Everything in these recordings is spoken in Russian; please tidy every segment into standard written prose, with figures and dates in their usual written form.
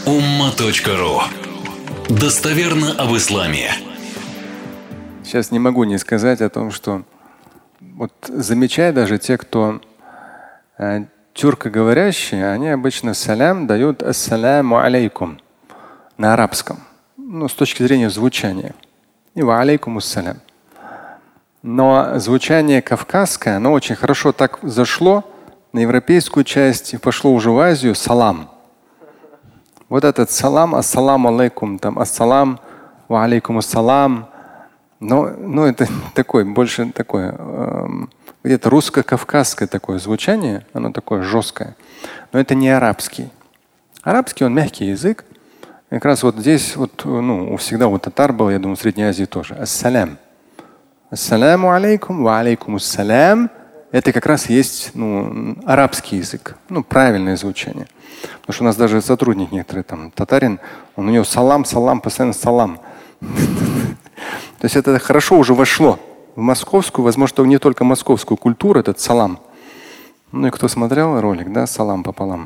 umma.ru. Достоверно об исламе. Сейчас не могу не сказать о том, что вот замечай, даже те, кто тюркоговорящие, они обычно салям дают ассаляму алейкум на арабском, с точки зрения звучания. И ва алейкум ассалям. Но звучание кавказское, оно очень хорошо так зашло на европейскую часть и пошло уже в Азию салам. Вот этот салам, ассаламу алейкум, там ассалам, ва алейкум ассалам. Но это такое, больше такое, где-то русско-кавказское такое звучание, оно такое жесткое. Но это не арабский. Арабский, он мягкий язык. И как раз вот здесь всегда у татар был, я думаю, в Средней Азии тоже. Ассалям. Ассаляму алейкум, ва алейкум ассалям. Это как раз есть арабский язык, правильное звучание. Потому что у нас даже сотрудник некоторый там татарин, у него салам, постоянно салам. То есть это хорошо уже вошло в московскую, возможно, не только московскую культуру, этот салам. И кто смотрел ролик, да, салам пополам.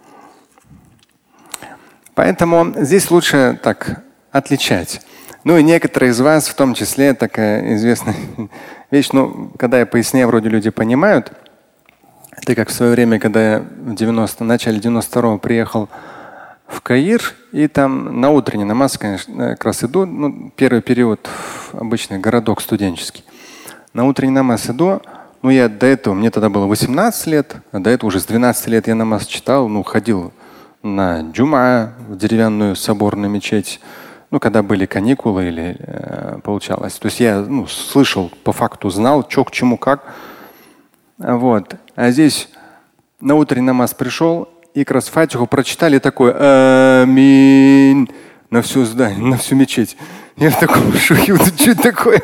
Поэтому здесь лучше так отличать. И некоторые из вас, в том числе, такая известная вещь, когда я поясняю, вроде люди понимают. Это как в свое время, когда я в начале 92-го приехал в Каир, и там на утренний намаз, конечно, как раз иду, первый период, обычный городок студенческий. На утренний намаз иду, я до этого, мне тогда было 18 лет, а до этого уже с 12 лет я намаз читал, ходил на джума, в деревянную соборную мечеть, когда были каникулы или получалось. То есть я слышал, по факту знал, что к чему, как. Вот. А здесь на утренний намаз пришел, и как раз фатиху прочитали такое аминь на все здание, на всю мечеть. Я в таком шоке, что это такое?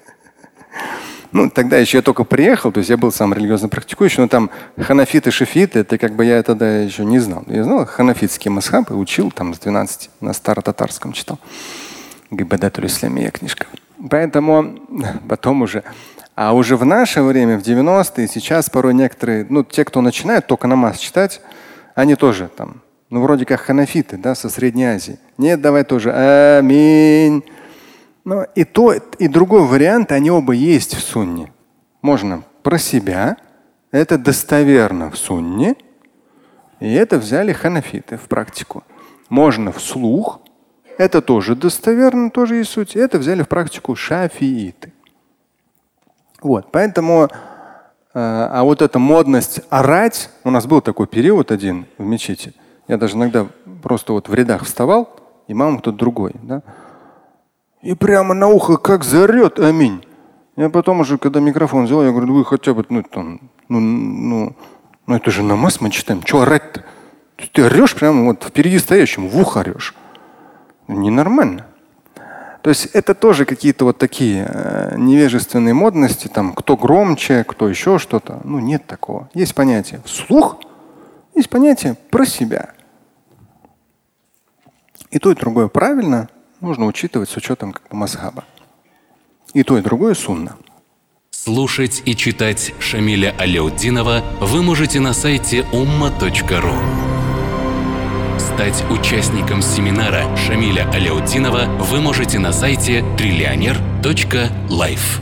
Тогда еще я только приехал, то есть я был сам религиозно практикующий, но там ханафиты, шафиты, это как бы я тогда еще не знал. Я знал ханафитский масхаб и учил там с 12 на старотатарском читал. Гибадатуль исламия книжка. Поэтому потом уже. А уже в наше время, в 90-е, сейчас порой некоторые, те, кто начинают только намаз читать, они тоже там, вроде как ханафиты, да, со Средней Азии. Нет, давай тоже аминь. Но и то, и другой вариант, они оба есть в сунне. Можно про себя, это достоверно в сунне, и это взяли ханафиты в практику. Можно вслух, это тоже достоверно, тоже есть суть, это взяли в практику шафииты. Вот, поэтому, а вот эта модность орать, у нас был такой период один в мечети. Я даже иногда просто в рядах вставал, имам кто-то другой, да. И прямо на ухо как заорет аминь. Я потом уже, когда микрофон взял, я говорю, вы хотя бы, это же намаз мы читаем. Чего орать-то? Ты орешь прямо впереди стоящему, в ухо орешь. Ненормально. То есть это тоже какие-то такие невежественные модности, там, кто громче, кто еще что-то. Нет такого. Есть понятие вслух, есть понятие про себя. И то, и другое правильно. Нужно учитывать с учетом масхаба. И то, и другое сунна. Слушать и читать Шамиля Аляутдинова вы можете на сайте umma.ru. Стать участником семинара Шамиля Аляутдинова вы можете на сайте trillioner.life.